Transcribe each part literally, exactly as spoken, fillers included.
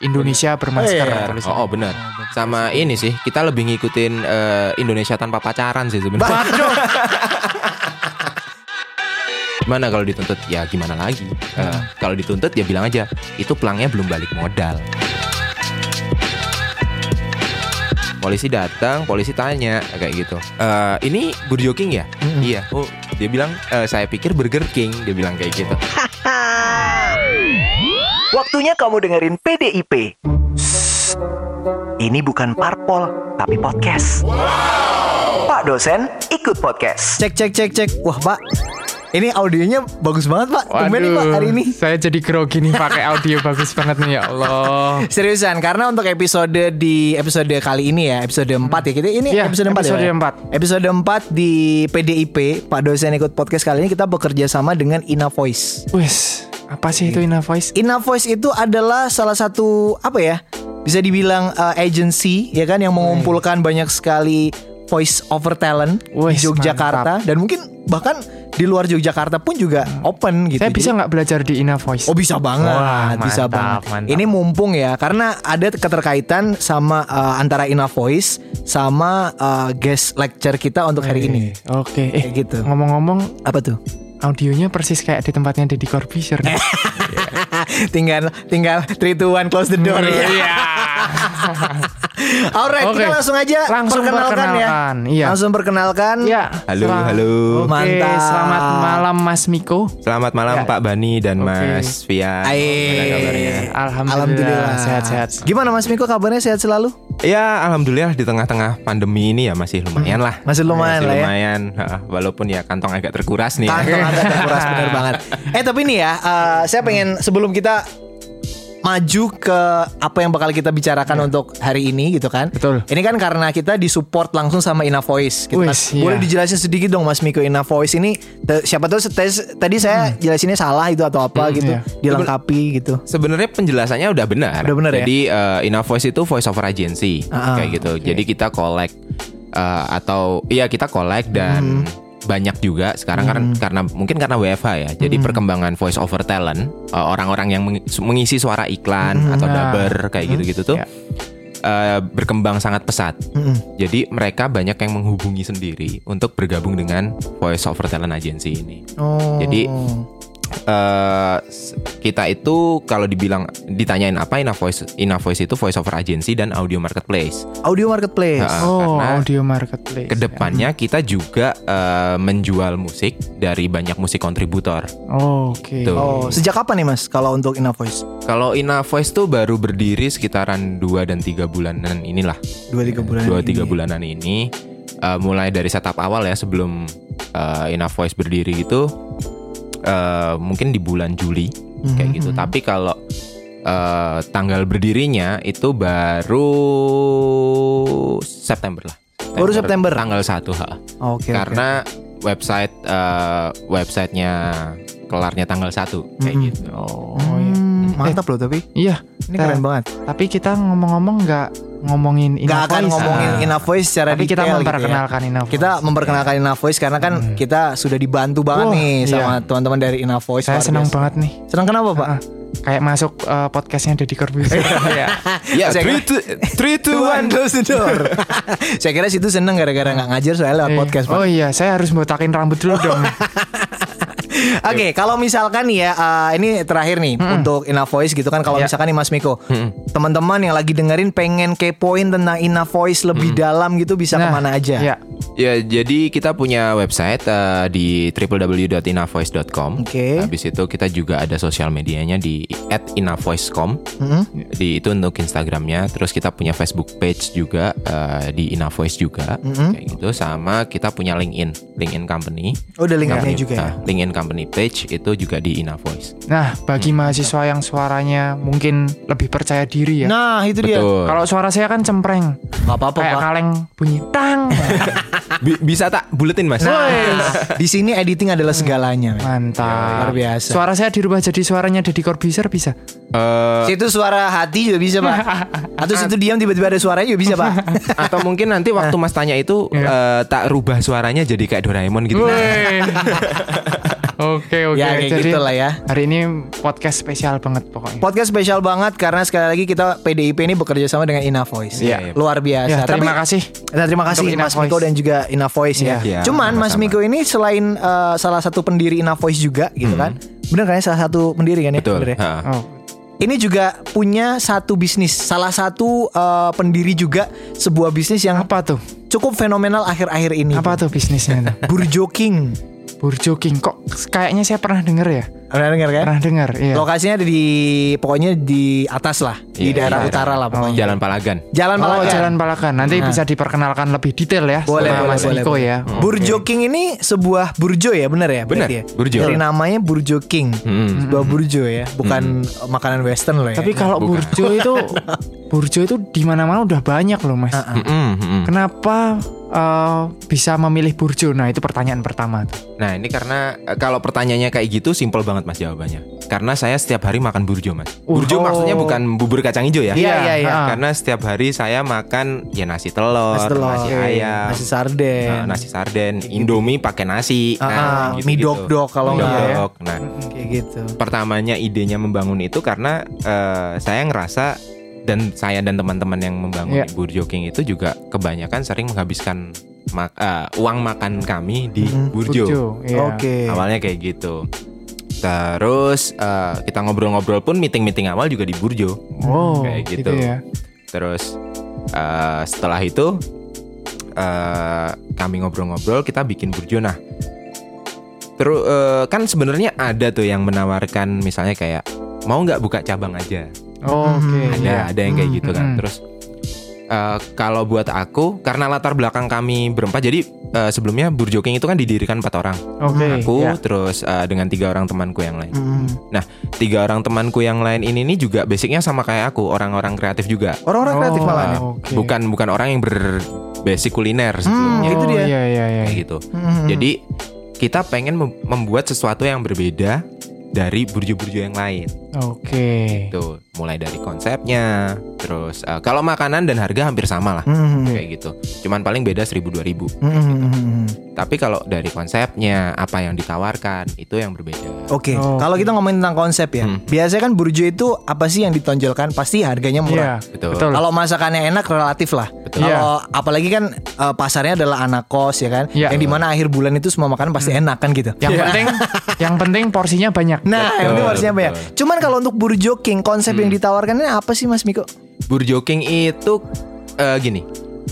Indonesia bermasker. Oh, iya. oh, oh benar. Sama ini sih, kita lebih ngikutin uh, Indonesia tanpa pacaran sih sebenarnya. Gimana kalau dituntut? Ya gimana lagi? Uh, kalau dituntut ya bilang aja, itu pelangnya belum balik modal. Polisi datang, polisi tanya kayak gitu. Uh, ini Burger King ya? Mm-hmm. Iya. Oh, dia bilang e, saya pikir Burger King. Dia bilang kayak gitu. Waktunya kamu dengerin P D I P. Ini bukan parpol, tapi podcast. Wow. Pak dosen ikut podcast. Cek cek cek cek. Wah Pak, ini audionya bagus banget Pak. Tumben nih Pak hari ini. Saya jadi grogi nih pakai audio bagus banget nih, ya Allah. Seriusan, karena untuk episode di episode kali ini ya, episode empat ya. Kita ini ya, episode empat episode ya. empat. Episode empat di P D I P, Pak dosen ikut podcast kali ini kita bekerja sama dengan Ina Voice. Wes, apa sih itu Ina Voice? Ina Voice itu adalah salah satu apa ya? Bisa dibilang uh, agency ya kan yang mengumpulkan hmm. banyak sekali voice over talent Wes, di Yogyakarta, mantap. Dan mungkin bahkan di luar Yogyakarta pun juga open gitu. Saya bisa nggak belajar di Ina Voice? Oh bisa banget, Wah, mantap, bisa banget. Mantap. Ini mumpung ya, karena ada keterkaitan sama uh, antara Ina Voice sama uh, guest lecture kita untuk hari Eee, ini. Oke, okay. eh gitu. Ngomong-ngomong, apa tuh? Audionya persis kayak di tempatnya Deddy Corbuzier. tinggal tinggal three two one close the door ya. Iya. Alright, okay. Kita langsung aja langsung perkenalkan, perkenalkan ya. iya. Langsung perkenalkan. Ya. Halo, Sel- halo. Oke, mantap. Selamat malam Mas Miko. Selamat malam ya. Pak Bani dan okay. Mas Fian. Gimana kabarnya? Alhamdulillah. Alhamdulillah. Sehat-sehat. Gimana Mas Miko kabarnya, sehat selalu? Ya, alhamdulillah di tengah-tengah pandemi ini ya masih lumayan lah. Masih lumayan masih lah ya. Lumayan, walaupun ya kantong agak terkuras nih. Kantong ya. agak terkuras bener banget. Eh tapi nih ya, uh, saya pengen sebelum kita maju ke apa yang bakal kita bicarakan ya. Untuk hari ini gitu kan. Betul. Ini kan karena kita disupport langsung sama Ina Voice gitu kan. Wiss, Boleh iya. dijelasin sedikit dong Mas Miko, Ina Voice ini te- siapa tahu tes, tadi saya hmm. jelasinnya salah itu atau apa hmm, gitu, iya. dilengkapi gitu. Sebenarnya penjelasannya udah benar. Udah benar. Jadi ya? uh, Ina Voice itu voice over agency ah, kayak gitu. Okay. Jadi kita collect uh, atau iya kita collect dan hmm. banyak juga sekarang hmm. karena, karena mungkin karena W F H ya. Jadi hmm. perkembangan voice over talent, uh, orang-orang yang mengisi suara iklan hmm. atau dubber kayak hmm. gitu-gitu tuh yeah. uh, berkembang sangat pesat. Hmm. Jadi mereka banyak yang menghubungi sendiri untuk bergabung dengan voice over talent agency ini. Oh. Jadi Uh, kita itu kalau dibilang ditanyain apa Ina Voice, Ina Voice itu voice over agency dan audio marketplace. Audio marketplace. Nah, oh, audio marketplace. Kedepannya ya. Kita juga uh, menjual musik dari banyak musik kontributor. Oh, Oke. Okay. Oh, sejak kapan nih Mas kalau untuk Ina Voice? Kalau Ina Voice tuh baru berdiri sekitaran dua dan tiga bulanan inilah. dua tiga bulanan. dua tiga bulanan ini uh, mulai dari setup awal ya sebelum uh, Ina Voice berdiri gitu. Uh, mungkin di bulan Juli mm-hmm. kayak gitu. Tapi kalau uh, tanggal berdirinya itu baru September lah. September, baru September. Tanggal satu. Oke. Okay, Karena okay. website uh, websitenya kelarnya tanggal satu kayak mm-hmm. gitu. Oh, hmm, mantap loh tapi. Iya, ini keren banget. Tapi kita ngomong-ngomong nggak ngomongin Ina Voice. Gak akan ngomongin nah. Ina Voice secara tapi detail kita memperkenalkan gitu ya. Ina Voice. Kita memperkenalkan Ina Voice karena kan hmm. kita sudah dibantu banget oh, nih sama iya. teman-teman dari Ina Voice. Saya senang biasa. banget nih. Senang kenapa Pak? Uh, kayak masuk uh, podcastnya Deddy Corbuzier. Ya, ya three two one close the door. Saya kira situ seneng gara-gara nggak ngajar soalnya lewat podcast Pak. Oh iya, saya harus botakin rambut dulu dong. Oke, okay, kalau misalkan nih ya, uh, ini terakhir nih hmm. untuk Ina Voice gitu kan. Kalau yeah. misalkan nih Mas Miko, hmm. teman-teman yang lagi dengerin pengen kepoin tentang Ina Voice lebih hmm. dalam gitu bisa nah, kemana aja? Ya. ya, jadi kita punya website uh, di w w w dot ina voice dot com. Oke. Okay. Habis itu kita juga ada sosial medianya di at ina voice dot com. Hmm. Di itu untuk Instagramnya. Terus kita punya Facebook page juga uh, di Ina Voice juga, hmm. kayak gitu. Sama kita punya LinkedIn, LinkedIn Company. Oh, ada LinkedIn juga ya. Uh, LinkedIn Company page itu juga di Ina Voice. Nah, bagi hmm. mahasiswa yang suaranya mungkin lebih percaya diri ya. Nah, itu dia. Betul. Kalau suara saya kan cempreng. Gak apa-apa, kayak Pak. kaleng bunyi tang. B- bisa tak buletin Mas? Nah, di sini editing adalah segalanya. Mantap. Luar biasa. Suara saya dirubah jadi suaranya Deddy Corbuzier bisa? Uh, situ suara hati juga bisa Pak. Atau situ diam tiba-tiba ada suaranya juga bisa Pak. Atau mungkin nanti waktu Mas tanya itu uh, tak rubah suaranya jadi kayak Doraemon gitu. Oke oke. Ya kayak Jadi gitu lah ya. hari ini podcast spesial banget pokoknya. Podcast spesial banget karena sekali lagi kita P D I P ini bekerja sama dengan Inavoice. Iya. Luar biasa. Ya, terima Tapi, kasih. Nah, terima kasih Untuk Mas Inavoice. Miko dan juga Inavoice ya. Iya, Cuman Mas sama-sama. Miko ini selain uh, salah satu pendiri Inavoice juga gitu kan. Bener kan ya salah satu pendiri kan ya? Betul. Bener ya? Ha. Oh. Ini juga punya satu bisnis, salah satu uh, pendiri juga sebuah bisnis yang Apa tuh? cukup fenomenal akhir-akhir ini. Apa tuh bisnisnya tuh? Burjo King. Burjo King. Kok kayaknya saya pernah denger ya? Pernah dengar kan? Pernah denger. Iya. Lokasinya ada di pokoknya di atas lah, di Iya, daerah iya. utara lah pokoknya. Jalan Palagan. Jalan Oh, Palagan. Jalan Palagan. Nanti Nah. bisa diperkenalkan lebih detail ya Boleh, sama boleh, Mas boleh, Niko boleh. ya. Burjo King ini sebuah burjo ya, benar ya? Benar, berarti ya? burjo. Dari namanya Burjo King. Hmm. Sebuah burjo ya, bukan makanan western loh ya. Tapi kalau Bukan. burjo itu burjo itu di mana-mana udah banyak loh, Mas. Mm-mm, mm-mm. Kenapa eh, bisa memilih burjo? Nah, itu pertanyaan pertama tuh. Nah ini karena eh, kalau pertanyaannya kayak gitu simpel banget mas jawabannya. Karena saya setiap hari makan burjo mas. Burjo Oh. maksudnya bukan bubur kacang hijau ya. Iya, iya, iya. Ah. Karena setiap hari saya makan ya nasi telur, Nasi telur, nasi ayam, nasi sarden. nah, nasi sarden, indomie pakai nasi, Ah, ah, gitu-gitu. mie dok-dok kalau Mie nggak ya. dok-dok. Nah Kayak gitu. pertamanya idenya membangun itu karena eh, saya ngerasa dan saya dan teman-teman yang membangun Iya. Burjo King itu juga kebanyakan sering menghabiskan mak- eh, uang makan kami di Mhm. Burjo. Burjo. Iya. Oke. Awalnya kayak gitu. Terus eh, kita ngobrol-ngobrol pun meeting-meeting awal juga di Burjo. Oh, Kayak gitu. ya. Terus eh, setelah itu eh, kami ngobrol-ngobrol kita bikin Burjo. Nah, terus eh, kan sebenarnya ada tuh yang menawarkan misalnya kayak mau nggak buka cabang aja. Oh, Oke. Ada iya. ada yang kayak Hmm, gitu kan. hmm. Terus eh, kalau buat aku karena latar belakang kami berempat jadi eh, sebelumnya Burjo King itu kan didirikan empat orang. Oke. Aku ya. terus eh, dengan tiga orang temanku yang lain. Hmm. Nah, tiga orang temanku yang lain ini nih juga basicnya sama kayak aku, orang-orang kreatif juga. Orang-orang kreatif Oh, malah ya. oke. Bukan bukan orang yang berbasic kuliner sebelumnya. itu Oh, dia. Iya, iya, iya. Kayak gitu. Hmm. Jadi kita pengen mem- membuat sesuatu yang berbeda dari burjo-burjo yang lain. Oke. Tuh, mulai dari konsepnya, terus eh, kalau makanan dan harga hampir sama lah. Hmm. Kayak gitu. Cuman paling beda seribu dua ribu. Hmm. Tapi kalau dari konsepnya, apa yang ditawarkan, itu yang berbeda. Oke, Oh, kalau kita ngomongin tentang konsep ya, Hmm. biasanya kan burjo itu apa sih yang ditonjolkan? Pasti harganya Iya, murah. Betul. betul. Kalau masakannya enak relatif lah. Betul. Kalau apalagi kan eh, pasarnya adalah anak kos ya kan, Iya. yang dimana akhir bulan itu semua makanan pasti enak kan gitu. Yang penting yang penting porsinya banyak. Nah, yang penting Betul, harusnya banyak. betul. Cuman kalau untuk Burjo King, konsep yang ditawarkannya apa sih Mas Miko? Burjo King itu eh, gini.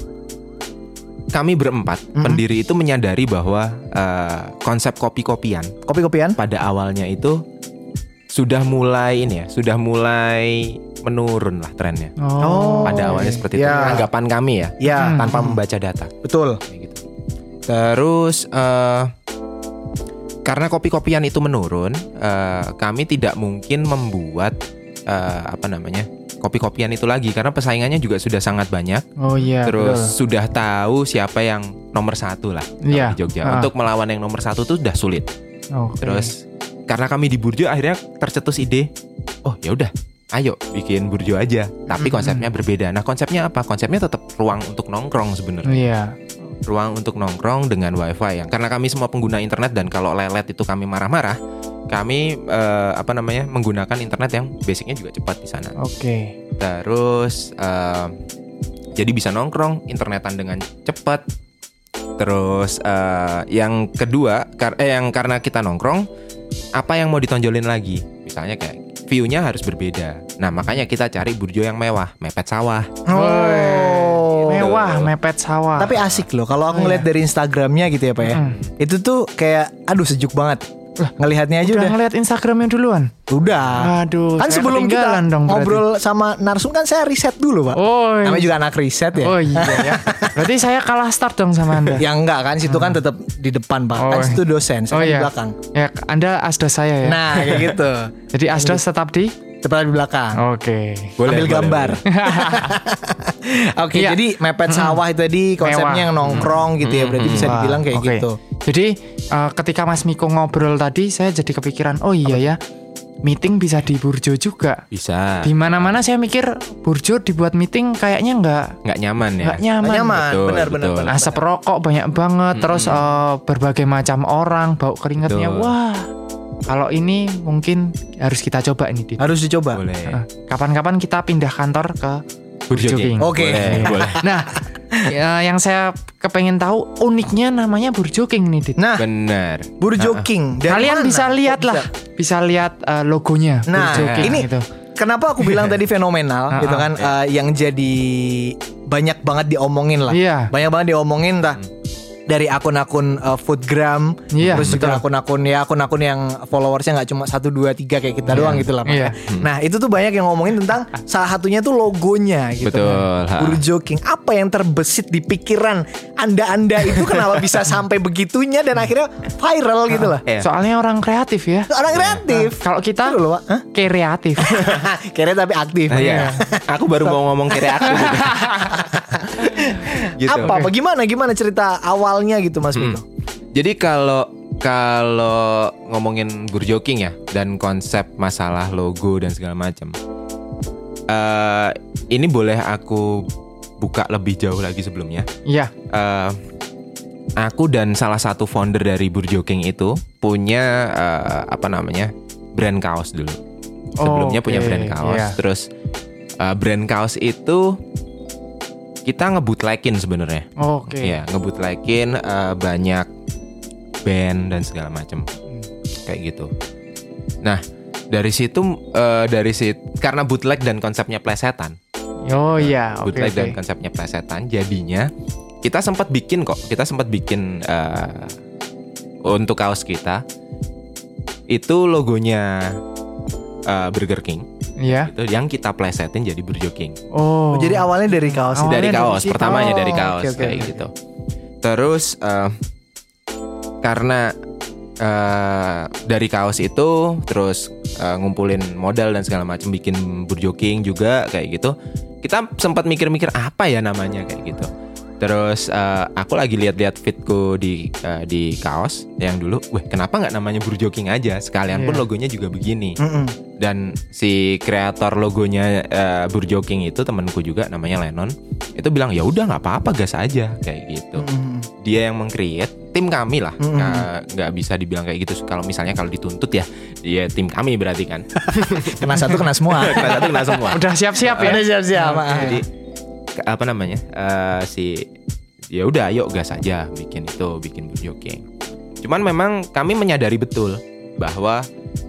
Kami berempat pendiri itu menyadari bahwa eh, konsep kopi-kopian Kopi-kopian? pada awalnya itu sudah mulai ini ya, sudah mulai menurun lah trennya. Oh. Pada awalnya seperti itu. Ya. Anggapan kami ya, Ya, Hmm. tanpa membaca data. betul. Kayak gitu. Terus eh, karena kopi-kopian itu menurun, eh, kami tidak mungkin membuat eh, apa namanya kopi-kopian itu lagi karena pesaingannya juga sudah sangat banyak. Oh iya. Terus betul. sudah tahu siapa yang nomor satu lah kalau Iya. di Jogja. Ah. Untuk melawan yang nomor satu tuh sudah sulit. Oke. Terus karena kami di Burjo akhirnya tercetus ide, oh ya udah, ayo bikin Burjo aja. Tapi konsepnya berbeda. Nah konsepnya apa? Konsepnya tetap ruang untuk nongkrong sebenarnya. Iya. Ruang untuk nongkrong dengan wifi yang karena kami semua pengguna internet dan kalau lelet itu kami marah-marah. Kami eh, apa namanya menggunakan internet yang basicnya juga cepat di sana. Oke. Terus eh, jadi bisa nongkrong internetan dengan cepat. Terus eh, yang kedua, kar- eh, yang karena kita nongkrong, apa yang mau ditonjolin lagi? Misalnya kayak view-nya harus berbeda. Nah makanya kita cari burjo yang mewah, mepet sawah. Oh. Mewah, mepet sawah. Tapi asik loh kalau aku Oh, ngeliat iya. dari Instagramnya gitu ya Pak ya. Mm. Itu tuh kayak aduh sejuk banget. Ngelihatnya aja udah udah. ngeliat Instagramnya duluan. Udah. Aduh, Kan saya sebelum kita ketinggalan dong berarti. ngobrol sama narsum kan saya riset dulu Pak. Oh. Namanya juga anak riset ya. Oh iya ya. Berarti saya kalah start dong sama Anda. Ya enggak kan situ kan tetap di depan Pak. Oh, Kan situ dosen, saya oh kan di iya. belakang. Ya, Anda asdos saya ya. Nah, kayak gitu. Jadi asdos tetap di. Tepat di belakang. Oke. Boleh, Ambil boleh, gambar. Oke, Iya. jadi mepet sawah itu tadi konsepnya Mewah. yang nongkrong gitu ya. Berarti bisa Wah, dibilang kayak oke. gitu. Jadi eh, ketika Mas Miko ngobrol tadi, saya jadi kepikiran, oh iya ya, meeting bisa di Burjo juga. Bisa. Di mana-mana saya mikir Burjo dibuat meeting kayaknya nggak Nggak nyaman ya. nggak nyaman. Nyaman, Betul, benar benar. betul. benar. Asap rokok banyak banget, terus eh, berbagai macam orang bau keringatnya. Betul. Wah, kalau ini mungkin harus kita coba ini, Dit. Harus dicoba. Boleh. Eh, Kapan-kapan kita pindah kantor ke Burjo King. King. Oke. Boleh, boleh. Nah, ya, yang saya kepengen tahu uniknya namanya Burjo King nih, Dit. Nah, Benar. Burjo King. Dari Kalian mana? bisa lihat Kok lah, bisa? bisa lihat eh, logonya Nah, Burjo King ini gitu. kenapa aku bilang tadi fenomenal Ah, gitu ah, kan, eh, yang jadi banyak banget diomongin lah. Iya. Banyak banget diomongin entah dari akun-akun uh, Foodgram, Iya, terus juga betul. akun-akun ya akun-akun yang followersnya nggak cuma satu dua tiga kayak kita doang gitu lah. Iya. makanya. Nah itu tuh banyak yang ngomongin tentang salah satunya tuh logonya gitu. Betul, kan. ha. Burjo King. Apa yang terbesit di pikiran anda-anda itu kenapa bisa sampai begitunya dan akhirnya viral gitu lah. Iya. Soalnya orang kreatif ya. Orang kreatif. Kalau kita Seru loh, Pak. Hah? kreatif. Kira tapi aktif. Nah, iya. Aku baru mau ngomong kira aku gitu. Gitu. Apa? Bagaimana? Gimana cerita awalnya gitu Mas Miko? Jadi kalau kalau ngomongin Burjo King ya dan konsep masalah logo dan segala macam, eh ini boleh aku buka lebih jauh lagi sebelumnya. Iya. Eh, aku dan salah satu founder dari Burjo King itu punya eh, apa namanya brand kaos dulu. Sebelumnya Oke, punya brand kaos. iya. Terus eh, brand kaos itu kita ngebutlekin sebenarnya. Oke. Ya, ngebutlekin eh, banyak band dan segala macam kayak gitu. Nah, dari situ eh, dari situ karena bootleg dan konsepnya plesetan. Oh iya, oke bootleg oke. dan konsepnya plesetan, jadinya kita sempat bikin kok. Kita sempat bikin eh, untuk kaos kita itu logonya eh, Burger King. Iya. Itu yang kita plesetin jadi Burjo King. Oh. Jadi awalnya dari kaos. Awalnya dari dari kaos, situ. pertamanya Oh, dari kaos oke, oke, kayak oke. gitu. Terus eh, karena eh, dari kaos itu terus eh, ngumpulin modal dan segala macam bikin Burjo King juga kayak gitu. Kita sempat mikir-mikir apa ya namanya kayak gitu. Terus eh, aku lagi lihat-lihat fitku di eh, di kaos yang dulu, weh kenapa nggak namanya Burjo King aja? Sekalian pun Iya. logonya juga begini. Mm-mm. Dan si kreator logonya eh, Burjo King itu temanku juga namanya Lennon. Itu bilang ya udah nggak apa-apa gas aja kayak gitu. Mm-mm. Dia yang meng-create, tim kami lah. Mm-mm. Nggak nggak bisa dibilang kayak gitu. Kalau misalnya kalau dituntut ya dia tim kami berarti kan. Kena satu kena semua. Kena satu kena semua. Udah siap-siap ya. Udah siap-siap. ah. Jadi ke- apa namanya eh, si ya udah ayo gas aja bikin itu bikin Burjo King. Cuman memang kami menyadari betul bahwa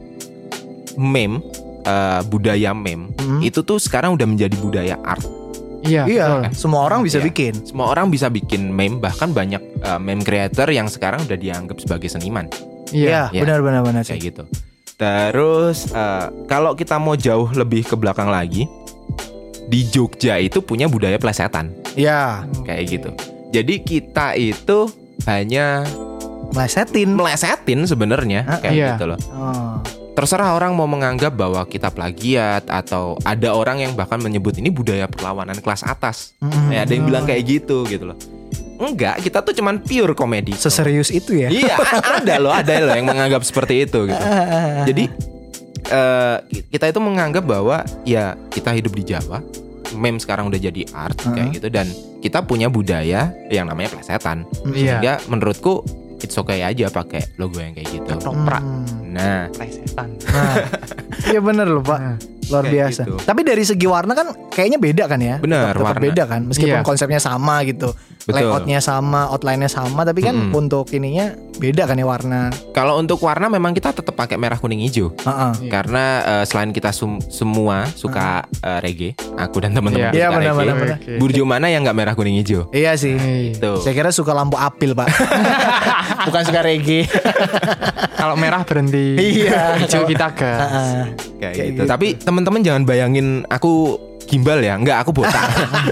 meme eh, budaya meme Hmm. itu tuh sekarang udah menjadi budaya art. Iya. Iya, betul. semua orang bisa Iya. bikin. Semua orang bisa bikin meme, bahkan banyak eh, meme creator yang sekarang udah dianggap sebagai seniman Iya. Iya. benar-benar benar sih. kayak gitu. Terus eh, kalau kita mau jauh lebih ke belakang lagi, di Jogja itu punya budaya plesetan Iya, kayak gitu. Jadi kita itu hanya melesetin. melesetin sebenarnya Ah, kayak iya. gitu loh. Oh. Terserah orang mau menganggap bahwa kita plagiat atau ada orang yang bahkan menyebut ini budaya perlawanan kelas atas. Mm-mm. Ya, ada yang bilang kayak gitu gitu loh. Enggak, kita tuh cuman pure komedi. Seserius itu ya? Iya, ada loh, ada loh yang menganggap seperti itu gitu. Jadi eh, kita itu menganggap bahwa ya kita hidup di Jawa, meme sekarang udah jadi art kayak gitu, dan kita punya budaya yang namanya plesetan. Iya. Sehingga menurutku it's okay aja pakai logo yang kayak gitu. Ketoprak. Nah, Plesetan. Nah, iya bener loh Pak, luar Kayak biasa. gitu. Tapi dari segi warna kan kayaknya beda kan ya? Bener, Tetap- tetap warna. beda kan, meskipun Iya. konsepnya sama gitu, Betul. layoutnya sama, outline-nya sama, tapi kan Mm-mm. untuk ininya beda kan ya warna. kalau untuk warna memang kita tetap pakai merah kuning hijau. Heeh. Iya. Karena eh, selain kita sum- semua suka eh, reggae, aku dan teman-teman Iya. suka Iya, reggae. benar-benar, benar. Oke. Burjo mana yang nggak merah kuning hijau? Iya sih. Iya. Tuh. Saya kira suka lampu apil Pak, bukan suka reggae. Kalau merah berhenti. Iya. Hijau kita gas. Heeh. Kayak, Kayak gitu. gitu. Tapi teman-teman jangan bayangin aku gimbal ya. Enggak, aku botak.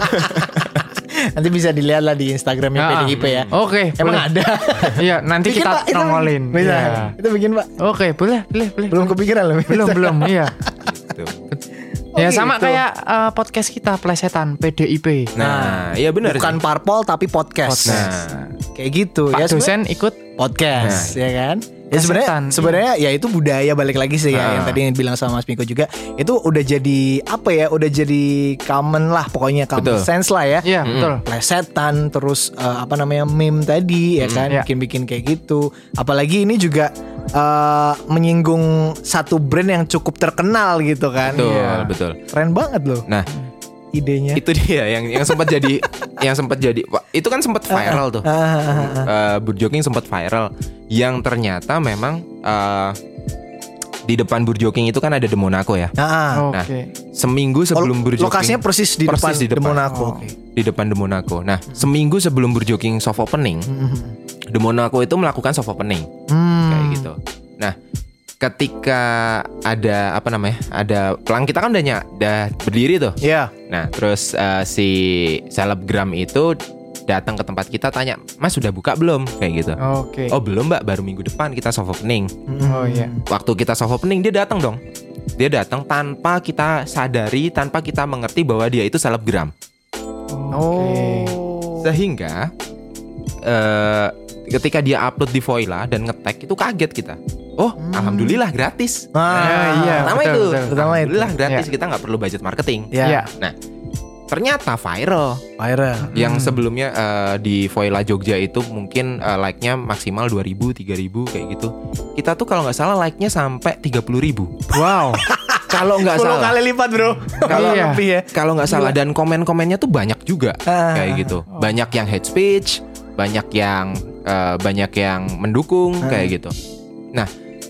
Nanti bisa dilihat lah di Instagramnya Ah, P D I P ya. Oke, Emang boleh. ada. Iya, nanti Bikin, kita Pak, itu nongolin. Bisa. Iya. Itu bikin Pak. Oke, boleh, boleh, boleh. Belum kepikiran loh. belum, belum, iya. Gitu. Oh, ya sama gitu. kayak eh, podcast kita plesetan P D I P. Nah, iya benar Bukan sih. parpol tapi podcast. Nah, Kayak gitu Pak ya. dosen ikut sebenarnya podcast Nah. ya kan. Ya sebenarnya Kesetan, sebenarnya ya itu budaya, balik lagi sih ya Ah. yang tadi yang bilang sama Mas Miko juga, itu udah jadi apa ya, udah jadi common lah pokoknya, common Betul. sense lah ya. Iya, betul. Plesetan terus eh, apa namanya meme tadi ya kan, Iya. bikin-bikin kayak gitu. Apalagi ini juga eh, menyinggung satu brand yang cukup terkenal gitu kan. Betul, Iya. betul. Keren banget loh Nah, idenya. itu dia yang yang sempat jadi yang sempat jadi wah, itu kan sempat viral tuh. Uh, Burjoking sempat viral yang ternyata memang uh, di depan Burjoking itu kan ada The Monaco ya. Nah, Oke. Nah, seminggu sebelum Burjoking lokasinya persis di depan, persis di The depan. Monaco. Oh. Oke. Di depan The Monaco. Nah, seminggu sebelum Burjoking soft opening, The Monaco itu melakukan soft opening Hmm. kayak gitu. Nah, ketika ada apa namanya? Ada pelang kita kan udah ny- udah berdiri tuh. Ya. Nah, terus uh, si selebgram itu datang ke tempat kita tanya, Mas sudah buka belum? Kayak gitu. Oke. Oh belum Mbak, baru minggu depan kita soft opening. Oh iya. Waktu kita soft opening dia datang dong. Dia datang tanpa kita sadari, tanpa kita mengerti bahwa dia itu selebgram. Oke. Sehingga uh, ketika dia upload di Voila dan nge-tag itu kaget kita. Oh, alhamdulillah gratis. Ah, Ya, iya, Pertama betul, itu, betul. Pertama itu. alhamdulillah gratis. Ya. Kita nggak perlu budget marketing. Ya. Iya. Nah, ternyata viral. Viral. Yang sebelumnya eh, di Voila Jogja itu mungkin eh, like-nya maksimal dua ribu, tiga ribu kayak gitu. Kita tuh kalau nggak salah like-nya sampai tiga puluh ribu. Wow. Kalau nggak sepuluh salah. kali lipat bro. Kalau Iya. lebih ya. Kalau nggak salah, dan komen-komennya tuh banyak juga Ah. kayak gitu. Banyak yang hate speech, banyak yang eh, banyak yang mendukung kayak gitu. Nah,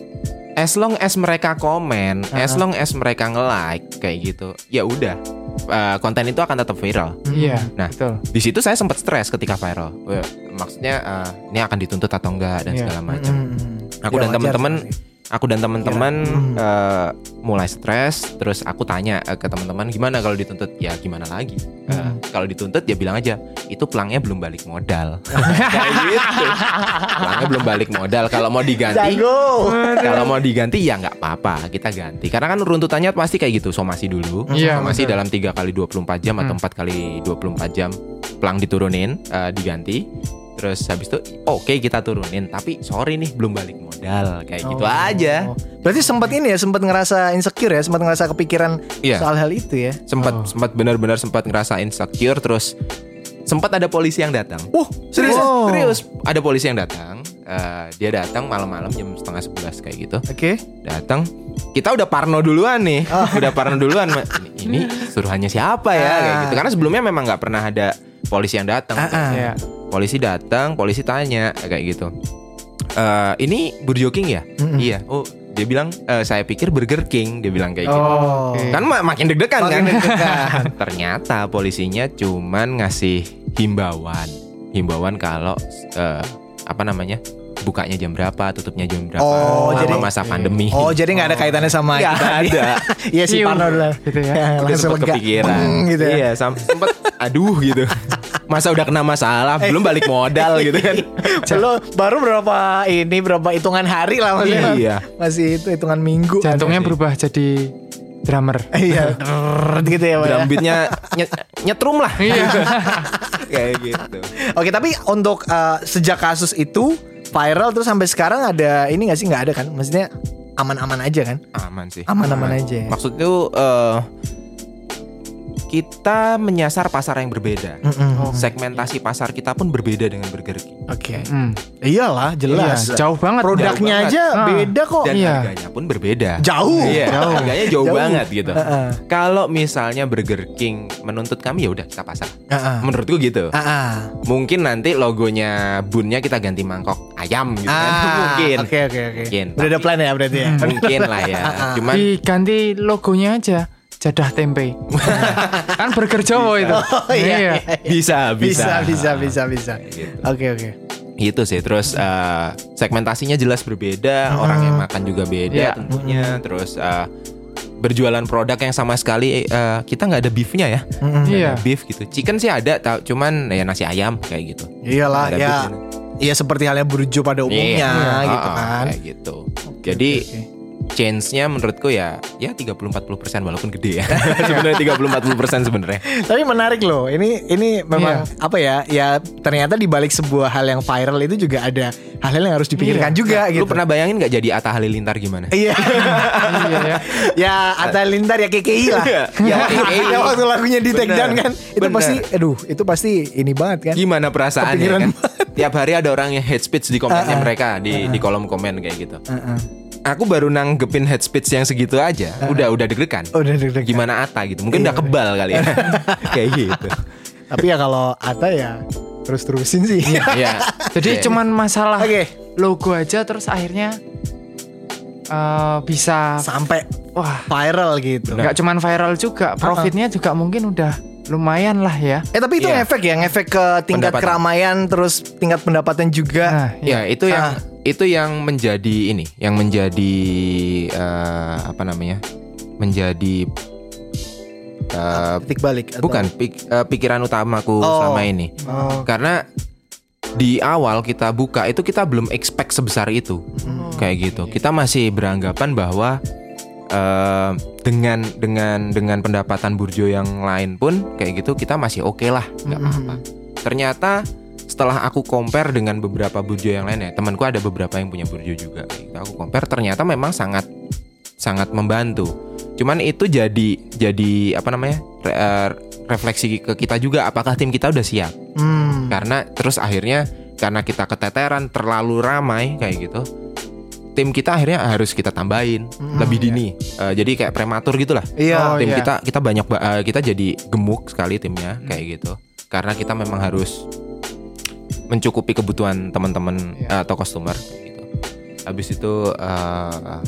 as long as mereka komen, as long as mereka nge-like kayak gitu, ya udah, eh, konten itu akan tetap viral. Iya. Nah, Betul. di situ saya sempat stres ketika viral. Wah, maksudnya eh, ini akan dituntut atau enggak dan Iya. segala macam. Hmm. Aku Ya, dan wajar teman-teman, sih. aku dan teman-teman Hmm. eh, mulai stres. Terus aku tanya eh, ke teman-teman, gimana kalau dituntut? Ya gimana lagi? Eh, Hmm. kalau dituntut ya bilang aja, itu pelangnya belum balik modal. Kayak gitu. Pelangnya belum balik modal. Kalau mau diganti, Jago. kalau mau diganti ya nggak apa-apa, kita ganti. Karena kan runtutannya pasti kayak gitu, somasi dulu, Iya, somasi betul. dalam tiga kali dua puluh empat jam atau Hmm. empat kali dua puluh empat jam, pelang diturunin, eh, diganti. Terus habis itu oke kita turunin, tapi sorry nih belum balik modal, kayak gitu Oh. aja. Berarti sempat ini ya, sempat ngerasa insecure ya, sempat ngerasa kepikiran Iya. soal hal itu ya. Sempat Oh. sempat benar-benar sempat ngerasa insecure. Terus sempat ada polisi yang datang. Oh, serius? Serius, serius. Ada polisi yang datang. Eh, dia datang malam-malam jam setengah sebelas kayak gitu. Oke. Datang, kita udah parno duluan nih, udah parno duluan. Ma- Ini, ini suruhannya siapa ya Ah. kayak gitu. Karena sebelumnya memang nggak pernah ada polisi yang datang. Ah, ah. Iya. Polisi datang, polisi tanya kayak gitu. Eh, ini Burjoking ya? Mm-mm. Iya. Oh, dia bilang "Eh, saya pikir Burger King. Dia bilang kayak gitu. Oh, oke. Kan ma- makin deg-degan Makin kan? deg-degan. Ternyata polisinya cuman ngasih himbauan, himbauan kalau eh, apa namanya? Bukanya jam berapa, tutupnya jam berapa, Oh, selama jadi- masa pandemi. Oh, jadi nggak ada kaitannya sama Nggak kita. ada. Iya sih, Cium. Parno dulu. Gitu ya. Udah Langsung sempet lega. kepikiran. Beng, gitu ya. Iya, sam- sempet aduh gitu. Masa udah kena masalah, belum balik modal gitu kan. Lo baru berapa ini berapa hitungan hari lah maksudnya. Iya. Masih itu hitungan minggu. Jantungnya sih. berubah jadi drummer. Iya. Drrrr, gitu ya, Pak. ya. Drum beatnya ny- nyetrum lah. Iya. Kayak gitu. Oke, tapi untuk uh, sejak kasus itu viral terus sampai sekarang ada ini nggak sih? Nggak ada kan? Maksudnya aman-aman aja kan? Aman sih. Aman-aman aja ya. Maksudnya tuh eh, kita menyasar pasar yang berbeda. Mm-mm. Segmentasi pasar kita pun berbeda dengan Burger King. Oke. Hmm. Iyalah, jelas. Iya, jauh banget. Produknya Jauh banget. aja Ah. beda kok. Dan Iya. harganya pun berbeda. Jauh. Iya, Jauh. harganya jauh, Jauh. banget gitu. Heeh. Kalau misalnya Burger King menuntut kami ya udah kita pasar. Heeh. Menurutku gitu. Ah, Mungkin nanti logonya bunnya kita ganti mangkok ayam gitu kan. ah. Mungkin. Oke, oke, oke. Mungkin. Udah ada Tapi- plan ya berarti ya. Mungkin lah ya. Cuman Diganti logonya aja. Jadah tempe. Kan burger Jawa itu. Oh, iya, iya. bisa, Bisa, bisa. bisa, bisa, bisa. Gitu. Oke, oke. Itu sih. Terus eh, segmentasinya jelas berbeda, orang yang makan juga beda Iya. tentunya. Terus eh, berjualan produk yang sama sekali eh, kita nggak ada beefnya ya. Mm-mm. Nggak Iya. ada beef gitu. Chicken sih ada, tau, cuman ya nasi ayam kayak gitu. Iyalah, Nggak ada ya. beefnya. Iya seperti halnya burjo pada umumnya Iya. gitu Ah, kan. Kayak gitu. Jadi oke. change-nya menurutku ya ya tiga puluh sampai empat puluh persen walaupun gede ya. Sebenarnya tiga puluh sampai empat puluh persen sebenarnya. Tapi menarik loh. Ini ini memang Iya. apa ya? Ya ternyata di balik sebuah hal yang viral itu juga ada hal-hal yang harus dipikirkan Iya. juga gitu. Lu pernah bayangin nggak jadi Atta Halilintar gimana? Iya. Iya ya. Ya Atta Halilintar ya K K I lah. Ya, K K I. Ya waktu lagunya di take down Bener. kan. Itu Bener. pasti aduh, itu pasti ini banget kan. Gimana perasaannya Kepikiran kan? Tiap hari ada orang yang hate speech di komennya Uh-uh. mereka di di kolom komen kayak gitu. Heeh. Aku baru nanggepin hate speech yang segitu aja, udah udah deg-degan. Udah deg-degan. Gimana Atta gitu? Mungkin Iya. udah kebal kali ya. Kayak gitu. Tapi ya kalau Atta ya terus-terusin sih. Iya. Jadi Iya. cuman masalah Oke. logo aja terus akhirnya eh, bisa Sampai wah viral gitu. nggak cuman viral juga, profitnya juga mungkin udah lumayan lah ya. Eh tapi itu Iya. ngefek ya, ngefek ke tingkat Pendapatan. keramaian terus tingkat pendapatan juga. Nah, Ya itu yang Ah. itu yang menjadi ini, yang menjadi eh, apa namanya, menjadi eh, Titik balik. atau- bukan pik- eh, pikiran utamaku Oh. sama ini, Oh. karena di awal kita buka itu kita belum expect sebesar itu, kayak gitu. Kita masih beranggapan bahwa eh, dengan dengan dengan pendapatan burjo yang lain pun kayak gitu kita masih oke lah, nggak apa-apa. Ternyata setelah aku compare dengan beberapa burjo yang lain ya, temanku ada beberapa yang punya burjo juga. Gitu. Aku compare ternyata memang sangat sangat membantu. Cuman itu jadi jadi apa namanya re- eh, refleksi ke kita juga, apakah tim kita udah siap? Hmm. Karena terus akhirnya karena kita keteteran terlalu ramai kayak gitu, tim kita akhirnya harus kita tambahin lebih dini. Eh, jadi kayak prematur gitulah. Iya. Oh, tim iya. kita kita banyak ba- eh, kita jadi gemuk sekali timnya kayak gitu. Karena kita memang harus mencukupi kebutuhan teman-teman Iya. atau customer kayak gitu. Habis itu eh,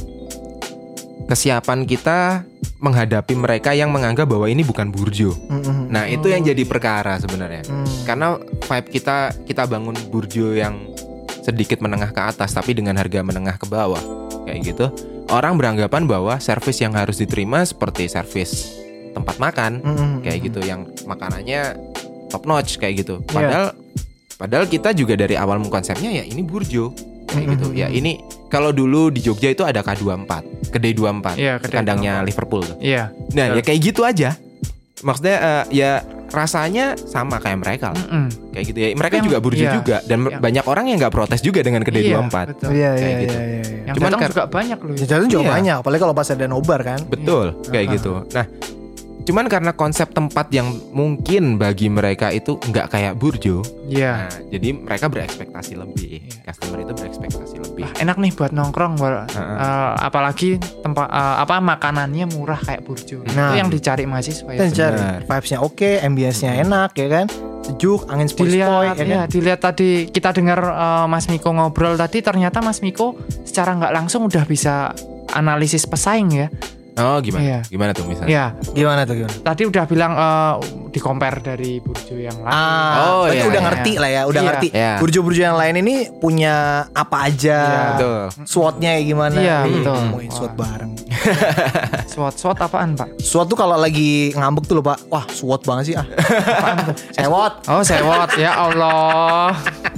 kesiapan kita menghadapi mereka yang menganggap bahwa ini bukan burjo. Mm-mm. Nah, itu yang jadi perkara sebenarnya. Hmm. Karena vibe kita kita bangun burjo yang sedikit menengah ke atas tapi dengan harga menengah ke bawah kayak gitu. Orang beranggapan bahwa servis yang harus diterima seperti servis tempat makan Mm-mm. kayak gitu yang makanannya top notch kayak gitu. Padahal padahal kita juga dari awal konsepnya ya ini burjo kayak gitu. Ya ini kalau dulu di Jogja itu ada K dua puluh empat, Kedai dua puluh empat, Iya, Kedai kandangnya dua puluh empat. Liverpool tuh. Iya. Nah, ya kayak gitu aja. Maksudnya eh, ya rasanya sama kayak mereka lah. Mm-mm. Kayak gitu ya. Mereka Yang- juga burjo iya. juga dan Yang- banyak orang yang nggak protes juga dengan Kedai Iya, dua puluh empat. betul. Iya, Kayak iya, gitu. iya, iya. Yang Cuman datang kar- juga banyak loh. Ya, jatuh juga Iya. banyak, apalagi kalau pas ada nobar kan. Betul, kayak Uh-uh. gitu. Nah, cuman karena konsep tempat yang mungkin bagi mereka itu nggak kayak burjo. Iya. Nah, jadi mereka berekspektasi lebih. Customer itu berekspektasi lebih. Wah, enak nih buat nongkrong, Wal. Heeh. Eh, apalagi tempat eh, apa makanannya murah kayak burjo. Nah. Itu yang dicari mahasiswa Kita ya. cari benar. vibes-nya oke, ambience-nya enak ya kan. Sejuk, angin sepoi-sepoi Dilihat, ya kan. ya, dilihat tadi kita dengar eh, Mas Miko ngobrol tadi, ternyata Mas Miko secara nggak langsung udah bisa analisis pesaing ya. Oh, gimana? Iya. Gimana tuh misalnya? Ya, Gimana tuh gimana? tadi udah bilang eh, di compare dari burjo yang lain. Ah, Oh, berarti iya, udah iya. ngerti lah ya, udah Iya. ngerti. Iya. Burjo-burjo yang lain ini punya apa aja, Iya. Betul. SWOT-nya kayak gimana. Iya, Nih, betul. ngomongin SWOT Wah. bareng. SWOT SWOT apaan, Pak? SWOT tuh kalau lagi ngambek tuh loh Pak. Wah, SWOT banget sih ah. Sewot. Oh, sewot ya Allah.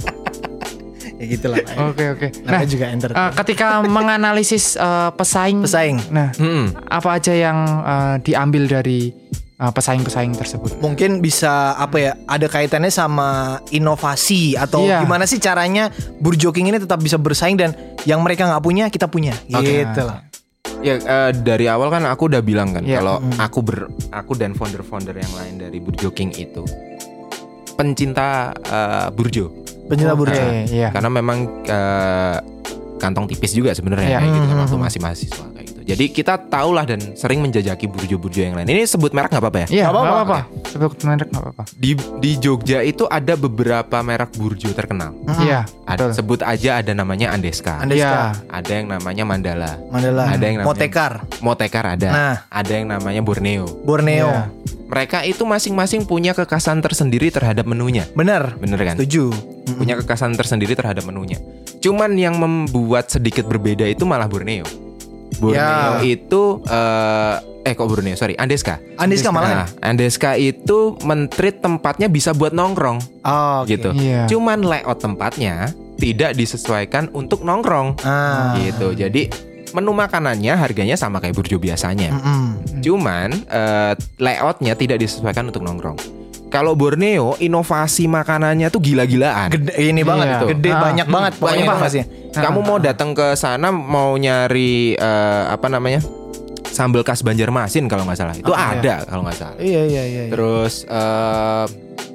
Ya gitulah. Oke, oke. Nah, Namanya juga enter. eh, ketika menganalisis eh, pesaing, Pesaing. nah, Hmm. apa aja yang eh, diambil dari eh, pesaing-pesaing tersebut? Mungkin bisa apa ya, ada kaitannya sama inovasi atau Iya. gimana sih caranya Burjo King ini tetap bisa bersaing dan yang mereka nggak punya kita punya. Oke. Gitu lah. Ya eh, dari awal kan aku udah bilang kan Iya. kalau aku ber aku dan founder-founder yang lain dari Burjo King itu pencinta eh, burjo. Pencinta Oke, Burjo. iya. Karena memang eh, kantong tipis juga sebenarnya Iya. kayak gitu kan, Hmm. waktu masih mahasiswa kayak gitu. Jadi kita tahulah dan sering menjajaki burjo-burjo yang lain. Ini sebut merek nggak apa-apa ya? Iya, Nggak nggak apa-apa. apa-apa. Sebut merek nggak apa-apa. Di di Jogja itu ada beberapa merek burjo terkenal. Iya, Ada, betul. sebut aja ada namanya Andeska. Andeska. Iya. Ada yang namanya Mandala. Mandala. Ada yang namanya Motekar. Motekar ada. Nah. Ada yang namanya Borneo. Borneo. Iya. Mereka itu masing-masing punya kekasan tersendiri terhadap menunya. Bener. Bener kan? Setuju. Punya kekasan tersendiri terhadap menunya. Cuman yang membuat sedikit berbeda itu malah Borneo. Borneo Ya. itu eh eh kok Borneo, sorry, Andeska. Andeska Nah, malah. Andeska itu mentreat tempatnya bisa buat nongkrong Oh, oke. gitu. Iya. Cuman layout tempatnya tidak disesuaikan untuk nongkrong Ah. gitu. Jadi menu makanannya harganya sama kayak burjo biasanya. Mm-mm. Cuman uh, layoutnya tidak disesuaikan untuk nongkrong. Kalau Borneo inovasi makanannya tuh gila-gilaan. Gede ini banget Iya. itu. Gede Ah. banyak banget pokoknya Banyak banget. inovasinya. Kamu mau datang ke sana mau nyari uh, apa namanya? Sambal khas Banjarmasin kalau nggak salah. Itu Oh, iya. ada kalau nggak salah. Iya iya iya. Terus uh,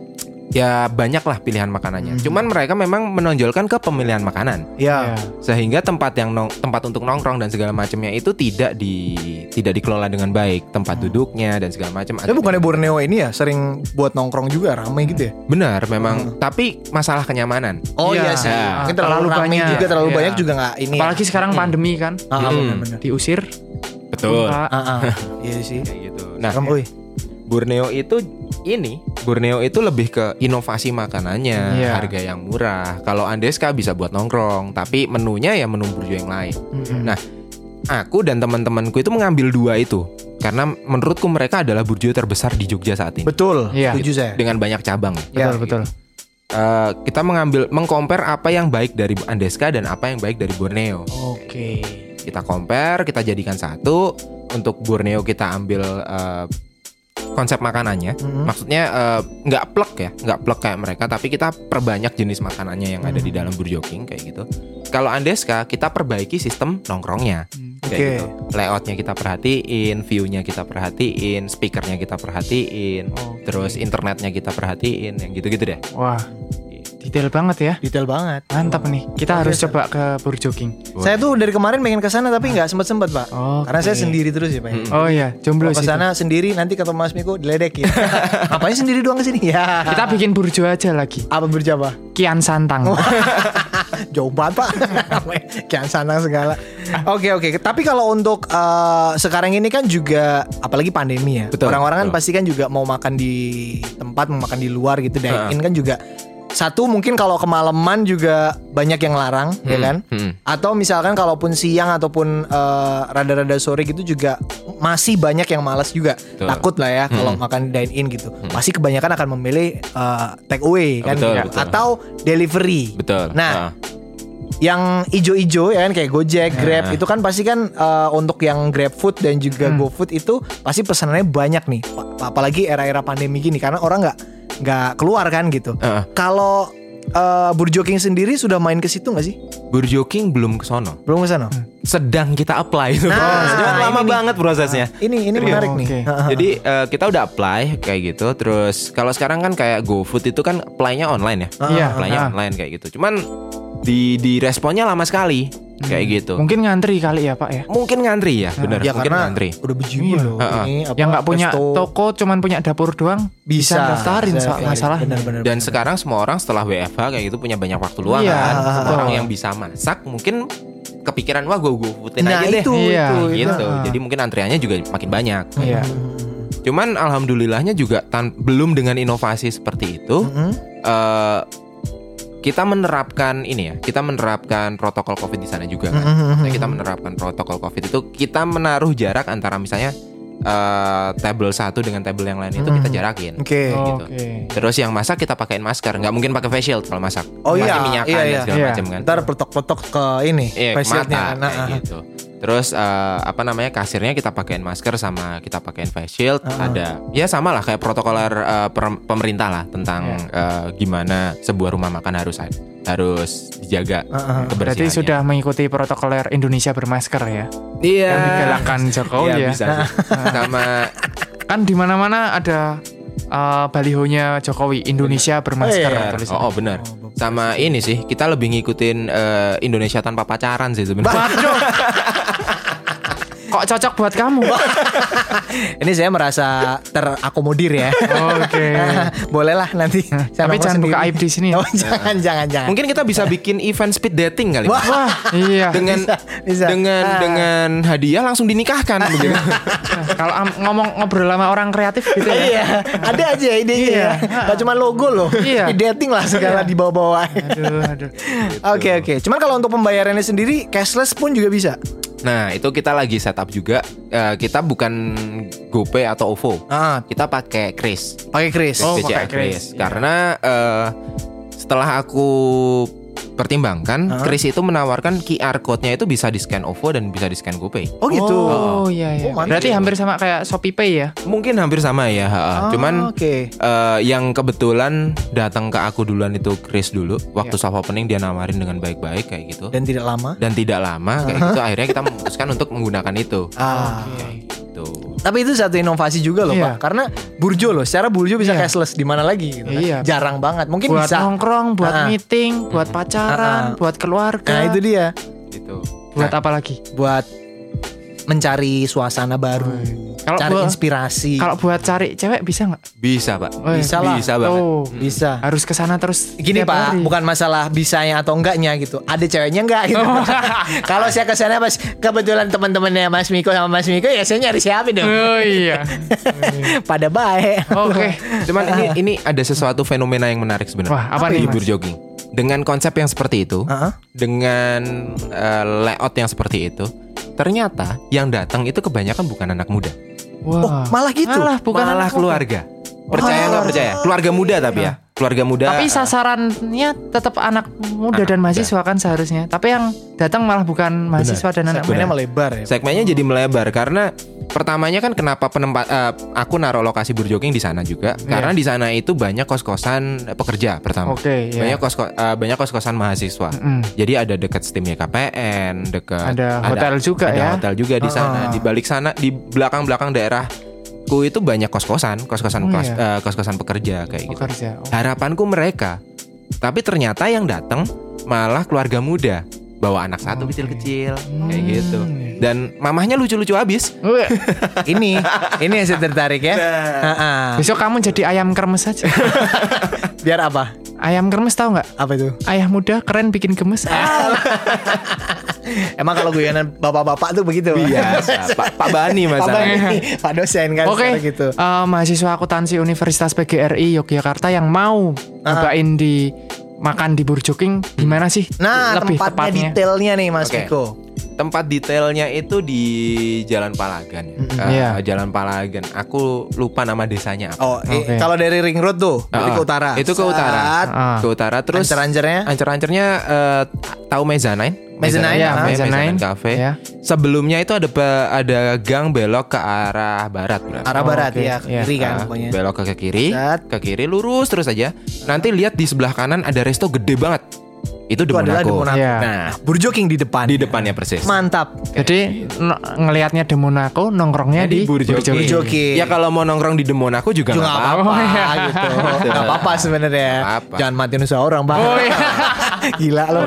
ya banyak lah pilihan makanannya. Cuman mereka memang menonjolkan ke pemilihan makanan. Iya. Iya. Sehingga tempat yang nong, tempat untuk nongkrong dan segala macamnya itu tidak di tidak dikelola dengan baik, tempat duduknya dan segala macam. Tapi bukannya Borneo ini ya sering buat nongkrong juga ramai gitu ya? Benar memang, tapi masalah kenyamanan. Oh Iya. iya sih. Ya. Mungkin terlalu, Terlalu ramai banyak. juga terlalu Iya. banyak juga nggak ini. Apalagi sekarang pandemi kan, Ah, ah, Hmm. benar-benar. diusir. Betul. Buka. Ah, ah. Iya sih. Kayak gitu. Nah, Serem, Uy. Borneo itu ini, Borneo itu lebih ke inovasi makanannya, Iya. harga yang murah. Kalau Andeska bisa buat nongkrong, tapi menunya ya menu burjo yang lain. Mm-mm. Nah, aku dan teman-temanku itu mengambil dua itu karena menurutku mereka adalah burjo terbesar di Jogja saat ini Betul. Iya. Setuju saya. dengan banyak cabang. Ya, betul betul. Eh, kita mengambil mengcompare apa yang baik dari Andeska dan apa yang baik dari Borneo. Oke. Kita compare, kita jadikan satu. Untuk Borneo kita ambil eh, konsep makanannya. Mhm. Maksudnya eh, nggak plek ya, nggak plek kayak mereka, tapi kita perbanyak jenis makanannya yang ada di dalam Burjo King kayak gitu. Kalau Andeska kita perbaiki sistem nongkrongnya. Kayak Oke. gitu. Layoutnya kita perhatiin, view-nya kita perhatiin, speakernya kita perhatiin, Oke. terus internetnya kita perhatiin, yang gitu-gitu deh. Wah, detail banget ya. Detail banget. Mantap nih. Kita Oke, harus Sir. coba ke Burjo King. Saya tuh dari kemarin pengen ke sana tapi nggak sempet-sempet, Pak. Oke. Karena saya sendiri terus ya, Pak. Mm. Oh iya, jomblo Kalau ke sih. sana sendiri nanti ketemu Mas Miko diledekin. Apanya sendiri doang ke sini? Ya. Kita bikin burjo aja lagi. apa berjaba? Kian Santang. Jauh banget, Pak. Kian Santang segala. Oke oke. Tapi kalau untuk eh, sekarang ini kan juga apalagi pandemi ya. Betul, Orang-orang kan betul. pasti kan juga mau makan di tempat, mau makan di luar gitu. Dine Heeh. in kan juga. Satu mungkin kalau kemalaman juga banyak yang larang, ya kan? hmm. Atau misalkan kalaupun siang ataupun eh, rada-rada sore gitu juga masih banyak yang malas juga. Betul. Takut lah ya kalau Hmm. makan dine in gitu. Pasti kebanyakan akan memilih eh, take away kan, Betul, Ya. betul. atau delivery. Betul. Nah, Ah. yang ijo-ijo ya kan kayak Gojek, Grab Nah. itu kan pasti kan eh, untuk yang Grab Food dan juga GoFood itu pasti pesanannya banyak nih. Pa- Apalagi era-era pandemi gini karena orang nggak nggak keluar kan gitu. Heeh. Kalau eh, Burjo King sendiri sudah main ke situ nggak sih? Burjo King belum ke sono. Belum ke sana. Sedang kita apply itu. Nah, Cuman ini lama nih. banget prosesnya. Ini ini Serius? menarik Oh, nih. oke. Jadi eh, kita udah apply kayak gitu. Terus kalau sekarang kan kayak GoFood itu kan apply-nya online ya. Iya. Apply-nya Ah. online kayak gitu. Cuman di di responnya lama sekali kayak gitu. Mungkin ngantri kali ya Pak ya. Mungkin ngantri ya, bener. Ya Mungkin karena ngantri. udah berjiwa Iya. loh. Heeh. Ini apa, Yang nggak punya resto. toko, cuman punya dapur doang, bisa, daftarin bisa, soal iya, masalah. benar-benar. Dan sekarang semua orang setelah W F H kayak gitu punya banyak waktu luang Iya, kan. Semua betul. orang yang bisa masak mungkin kepikiran wah gue GoFoodin Nah aja deh. itu, Iya, itu, itu. Gitu. Ah. Jadi mungkin antriannya juga makin banyak. Iya. Cuman alhamdulillahnya juga tan- belum dengan inovasi seperti itu. Mm-mm. eh, kita menerapkan ini ya, kita menerapkan protokol COVID di sana juga kan. Mhm. Nah, kita menerapkan protokol COVID itu kita menaruh jarak antara misalnya eh, table satu dengan table yang lain itu kita jarakin. Oke. Gitu. Oke. Terus yang masak kita pakein masker, nggak mungkin pakai face shield kalau masak. Oh Pasti iya, minyakan iya, dan iya. segala Iya. macam kan. Ntar petok-petok ke ini Iya, ke face shieldnya mata kan. Nah, kayak ah. gitu. Terus eh, apa namanya kasirnya kita pakein masker sama kita pakein face shield. Ah. Ada ya sama lah kayak protokoler eh, per- pemerintah lah tentang eh, gimana sebuah rumah makan harus harus dijaga Ah, ah. kebersihannya. Berarti sudah mengikuti protokoler Indonesia bermasker ya. Iya. Yang digalakkan Jokowi Iya, ya. bisa sih. Sama Kan di mana-mana ada uh, balihonya Jokowi Indonesia bermasker. Oh, iya. tulisannya. Oh, oh benar. Sama ini sih kita lebih ngikutin eh, Indonesia tanpa pacaran sih sebenarnya. Waduh. Kok cocok buat kamu? Ini saya merasa terakomodir ya. Oke. Boleh lah nanti. Saya Tapi nongol jangan buka sendiri. aib di sini. Oh, jangan jangan jangan. Mungkin kita bisa bikin event speed dating kali. Wah. Wah, iya. dengan bisa, bisa. dengan Ah. dengan hadiah langsung dinikahkan begitu. Kalau am- ngomong ngobrol sama orang kreatif gitu ya. Iya, ada aja ya idenya Iya. ya. Gak cuma logo loh. Iya. Di dating lah segala di bawah-bawah. Aduh, aduh. Oke oke. Cuman kalau untuk pembayarannya sendiri cashless pun juga bisa. Nah, itu kita lagi setup juga. Eh, kita bukan GoPay atau OVO. Ah, Kita pakai Kris. pakai Kris. Oh, B C A pakai Kris. Kris. Karena eh, setelah aku pertimbangkan, huh? Kris itu menawarkan Q R code-nya itu bisa di-scan OVO dan bisa di-scan GoPay. Oh gitu. Oh iya iya. Oh, berarti hampir sama kayak Shopee Pay ya? Mungkin hampir sama ya. Oh, Cuman okay. uh, yang kebetulan datang ke aku duluan itu Kris dulu. Waktu yeah. soft opening dia nawarin dengan baik-baik kayak gitu. Dan tidak lama. Dan tidak lama kayak uh-huh. gitu. Akhirnya kita memutuskan untuk menggunakan itu. Ah. Okay. Gitu. Tapi itu satu inovasi juga loh yeah. Pak. Karena Burjo loh, secara Burjo bisa yeah. cashless di mana lagi gitu. Iya. Jarang banget. Mungkin buat bisa nongkrong, buat uh-huh. meeting, buat pacaran, uh-huh. buat keluarga. Nah, itu dia. Gitu. Buat nah. apa lagi? Buat mencari suasana baru. Hmm. Kalau cari buat, inspirasi. Kalau buat cari cewek bisa nggak? Bisa Pak. Oh, bisa lah. Bisa banget. Oh, bisa. Harus kesana terus. Gini Pak, hari. Bukan masalah bisanya atau enggaknya gitu. Ada ceweknya enggak gitu. Oh. Kalau saya kesana pas kebetulan teman-temannya Mas Miko sama Mas Miko ya saya nyari siapa dong. Oh iya. Pada baik. Oke. Okay. Cuman ini ini ada sesuatu fenomena yang menarik sebenarnya. Wah, apa nih? Di Burjoking. Dengan konsep yang seperti itu, uh-huh. dengan uh, layout yang seperti itu, ternyata yang datang itu kebanyakan bukan anak muda. Wah. Oh, malah gitu. Malah bukan malah anak keluarga. Percaya nggak oh. percaya? Keluarga muda tapi ya. Keluarga muda. Tapi sasarannya tetap anak muda dan mahasiswa kan seharusnya. Tapi yang datang malah bukan mahasiswa dan anak muda. Segmennya melebar ya. Segmennya jadi melebar karena pertamanya kan kenapa penempat uh, aku naruh lokasi Burjoking di sana juga yeah. karena di sana itu banyak kos-kosan pekerja pertama. Okay, yeah. Banyak kos uh, banyak kos-kosan mahasiswa. Mm-hmm. Jadi ada dekat STIM Y K P N, dekat ada hotel ada, juga ada ya. hotel juga di sana. Uh-huh. Di balik sana di belakang-belakang daerah ku itu banyak kos-kosan, kos-kosan oh, kos, iya. uh, kos-kosan pekerja kayak pekerja. gitu. Oh. Harapanku mereka. Tapi ternyata yang datang malah keluarga muda. Bawa anak satu okay. kecil-kecil hmm. kayak gitu. Dan mamahnya lucu-lucu abis. Ini ini yang saya tertarik ya. Nah. Besok kamu jadi ayam kremes aja. Biar apa? Ayam kremes tahu nggak? Apa itu? Ayah muda keren bikin gemes. Emang kalau guyonan bapak-bapak tuh begitu? Biasa. Pak Pak Bani mas. Pak Bani, Pak dosen kan. Oke. Okay. Gitu. Uh, mahasiswa akuntansi Universitas P G R I Yogyakarta yang mau nyobain uh-huh. di makan di Burjoking gimana sih? Nah, lebih tempatnya tepatnya detailnya nih Mas okay. Miko. Tempat detailnya itu di Jalan Palagan ya. Mm-hmm. Uh, yeah. Jalan Palagan. Aku lupa nama desanya apa. Oh, okay. Kalau dari Ring Road tuh, uh, ke utara. Itu ke utara. Uh. Ke utara terus ancer-ancernya? Ancer-ancernya uh, tahu Mezzanine? Mezzanine, ya, Cafe, Mezzanine Cafe. Ya. Sebelumnya itu ada ada gang belok ke arah barat berarti. Arah barat oh, okay. ya, ke kiri yeah. kan uh, pokoknya. Belok ke kiri, Zat. ke kiri lurus terus aja. Nanti lihat di sebelah kanan ada resto gede banget. Itu Itu adalah The Monaco. Yeah. Nah, Burjoking di depan. Di depannya persis. Mantap. Jadi n- ngelihatnya The Monaco, nongkrongnya di, di Burjoking. Burjoking. Ya kalau mau nongkrong di The Monaco juga enggak apa-apa, apa-apa gitu. Enggak apa-apa sebenarnya. Jangan matiin usaha orang, Bang. Oh, iya. Gila loh.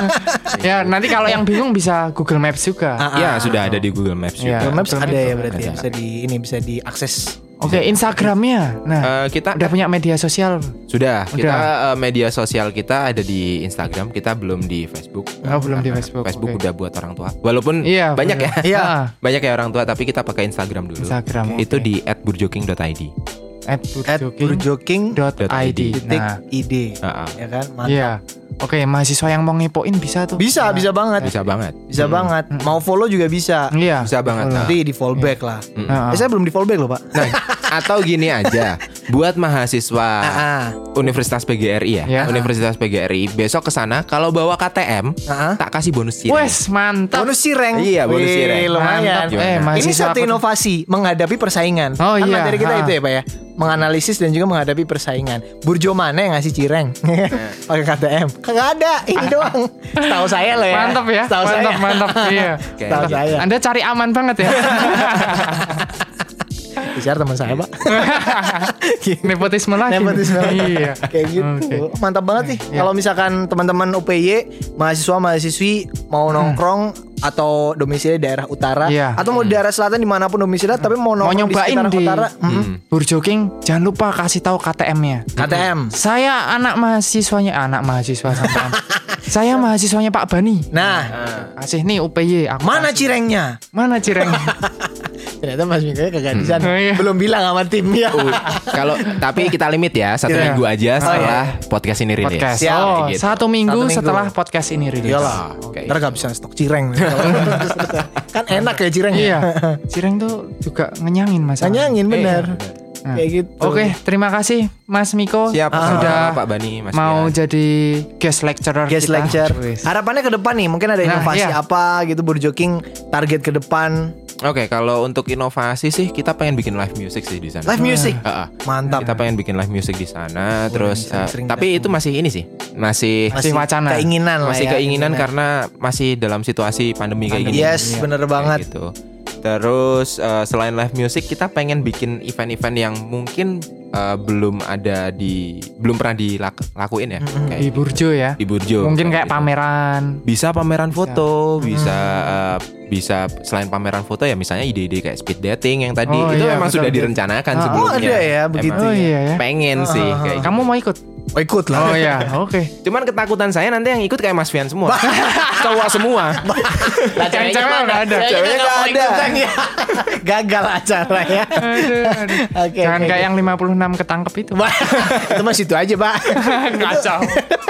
Ya, nanti kalau yang bingung bisa Google Maps juga. Ah, ya, sudah ada di Google Maps juga. Ya, Google Maps Google ada Maps ya berarti ada. ya. Bisa di ini bisa diakses. Oke, okay, Instagramnya. Nah, uh, kita udah punya media sosial. Sudah. Udah. Kita uh, media sosial kita ada di Instagram. Kita belum di Facebook. Oh, belum di Facebook. Facebook okay. udah buat orang tua. Walaupun iya, banyak bener. ya. Iya. Banyak ya orang tua. Tapi kita pakai Instagram dulu. Instagram. Itu okay. di at burjoking dot i d. at burjoking dot i d. Nah, ide. Uh-uh. Ya kan? Mantap. Iya. Oke, mahasiswa yang mau ngepoin bisa tuh. Bisa, nah. bisa banget. Bisa banget. Bisa hmm. banget. Mau follow juga bisa. Iya. Bisa banget. Nanti di follow back lah. Hmm. Uh-uh. Eh, saya belum di follow back loh, Pak. Nah, atau gini aja. Buat mahasiswa uh-uh. Universitas P G R I ya. Yeah. Universitas P G R I besok ke sana kalau bawa K T M, uh-uh. tak kasih bonus cireng. Wes, mantap. Bonus cireng. Iya, bonus cireng. Lumayan. Mantap. Eh, ini satu inovasi menghadapi persaingan. Oh, kan iya. materi kita ha. itu ya, Pak ya. Menganalisis dan juga menghadapi persaingan. Burjo mana yang ngasih cireng? Pakai K T M. Kagak ada. Ini doang. Setahu saya loh ya. Mantap ya. Setahu mantap, saya. mantap. Iya. Setahu saya. Anda cari aman banget ya. Share teman saya, Pak. Nepotisme lagi. Nepotisme. Iya. Kayak gitu. Okay. Mantap banget nih. Ya. Kalau misalkan teman-teman U P Y, mahasiswa-mahasiswi mau nongkrong hmm. atau domisili daerah utara ya. atau mau di daerah selatan dimanapun domisili, hmm. tapi mau nongkrong mau nyobain di sekitar di utara, hmm. Burjoking, jangan lupa kasih tahu K T M-nya. K T M. Saya anak mahasiswanya, anak mahasiswa sampean. Saya mahasiswanya Pak Bani. Nah, kasih nih U P Y. Mana kasih. cirengnya? Mana cireng? Ternyata Mas Miko kagak di sana. Hmm. Oh, iya. Belum bilang sama timnya. Uh, kalau tapi kita limit ya satu yeah. minggu aja setelah oh, iya. podcast ini rilis. Podcast. Siap. Oh, gitu. satu minggu, Satu minggu setelah podcast ini rilis. Iyalah. Okay. Ntar gak bisa stok cireng. Kan enak ya cireng. Iya. Cireng tuh juga ngenyangin Mas. Ngenyangin bener. Nah, Kayak gitu. Oke, terima kasih Mas Miko. Siap, sudah Pak Bani, Mas mau Fian. jadi guest lecturer Guest kita. lecture. Wis. Harapannya ke depan nih, mungkin ada Nah, inovasi iya. apa gitu Burjoking target ke depan. Oke, kalau untuk inovasi sih kita pengen bikin live music sih di sana. Live music. Ah, ah. Mantap. Kita pengen bikin live music di sana, terus eh, sering-sering tapi itu masih ini sih, masih Masih wacana. Keinginan lah masih ya, keinginan karena masih dalam situasi pandemi kayak gini. Yes, bener Kayak banget. gitu. Terus eh, selain live music kita pengen bikin event-event yang mungkin eh, belum ada di belum pernah dilakuin ya, kayak Di Burjo ya. di Burjo. Mungkin kayak gitu. pameran. Bisa pameran foto, bisa eh, bisa selain pameran foto ya misalnya ide-ide kayak speed dating yang tadi Oh, itu iya, memang betul, sudah betul. direncanakan Ah, sebelumnya. oh, ada ya, begitu Emang Oh iya ya. pengen sih kayak Kamu mau ikut? Oh, ikut lah. Oh iya, oke. Cuman ketakutan saya nanti yang ikut kayak Mas Fian semua. Cowok semua. Lah, Yang cewek nggak ada. Ceweknya nggak nggak ada. ikutan ya. Gagal acara ya. Aduh, aduh. Oke, Jangan oke, kayak oke. yang lima puluh enam ketangkep itu. Wah, itu mah situ aja, Pak. Kacau.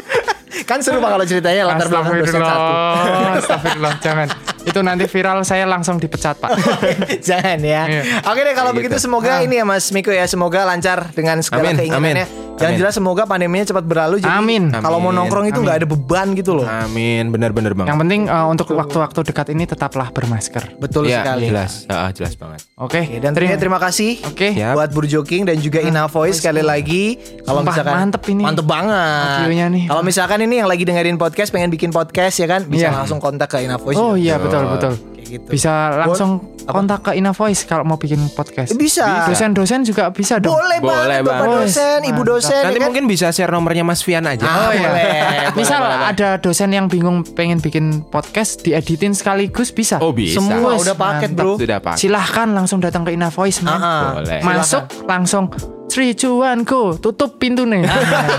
Kan seru Pak kalau ceritanya latar belakang dosen satu. Astagfirullah, astagfirullah, jangan. Itu nanti viral saya langsung dipecat, Pak. Jangan ya. Iya. Oke deh kalau Kayak begitu gitu. semoga ini ya Mas Miko ya, semoga lancar dengan segala Amin, keinginannya. amin. Yang Amin. jelas semoga pandeminya cepat berlalu. Jadi Amin. kalau mau Amin. nongkrong itu nggak ada beban gitu loh. Amin, benar-benar banget. Yang penting eh, untuk waktu-waktu dekat ini tetaplah bermasker. Betul Iya, sekali. jelas. Ah, jelas banget. Oke. Oke, dan terima, terima kasih Oke. Siap. buat Burjoking dan juga Ina Voice sekali lagi. Kalau Sumpah, misalkan mantep ini. mantep banget. Audionya nih. Kalau misalkan ini yang lagi dengerin podcast pengen bikin podcast ya kan, bisa Iya. langsung kontak ke Ina Voice. Oh iya, Betul. betul betul. Kayak gitu. Bisa langsung Apa? kontak ke Ina Voice kalau mau bikin podcast. Bisa. Dosen-dosen juga bisa dong. Boleh, Boleh, banget Bapak Bang. dosen, Ibu dosen. Nanti ya kan? mungkin bisa share nomornya Mas Fian aja. Ah, Oh iya. boleh. Misal boleh, boleh. ada dosen yang bingung pengen bikin podcast dieditin sekaligus bisa. Oh, bisa. Semua Wes, udah paket, mantap. Bro. Sudah Pak. Silahkan langsung datang ke Ina Voice, man. Ah, ah. Boleh. Masuk langsung three, two, one, go. Tutup pintu nih.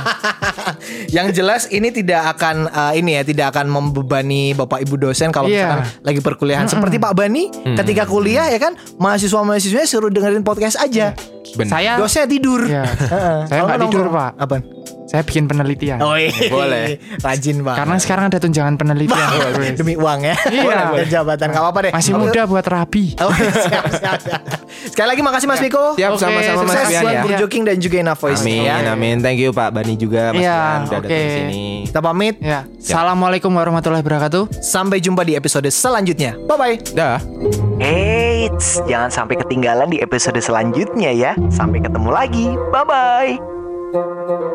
Yang jelas ini tidak akan uh, ini ya, tidak akan membebani Bapak Ibu dosen kalau Iya. misalkan lagi perkuliahan. Seperti Pak Bani ketika kuliah ya kan, mahasiswa-mahasiswanya suruh dengerin podcast aja. Benar. Saya Dosennya tidur. Iya. Heeh. Saya Kalau nggak tidur, nongkrong, Pak. Apaan? saya bikin penelitian. Oh iya. Boleh. Rajin Pak. Karena sekarang ada tunjangan penelitian. Wes. Demi uang ya. Iya. Dan jabatan enggak apa-apa deh. Masih Oke. muda buat rabi. Oh, siap, siap, siap. Sekali lagi makasih Mas Miko. Siap, Oke, sama-sama Mas Sukses Fian buat ya. Burjoking dan juga Ina Voice. Amin, ya. amin. Thank you Pak Bani juga Mas Iya, Fian udah datang oke. ke sini. Kita pamit. Ya. Assalamualaikum warahmatullahi wabarakatuh. Sampai jumpa di episode selanjutnya. Bye bye. Dah. Eits, jangan sampai ketinggalan di episode selanjutnya ya. Sampai ketemu lagi. Bye-bye.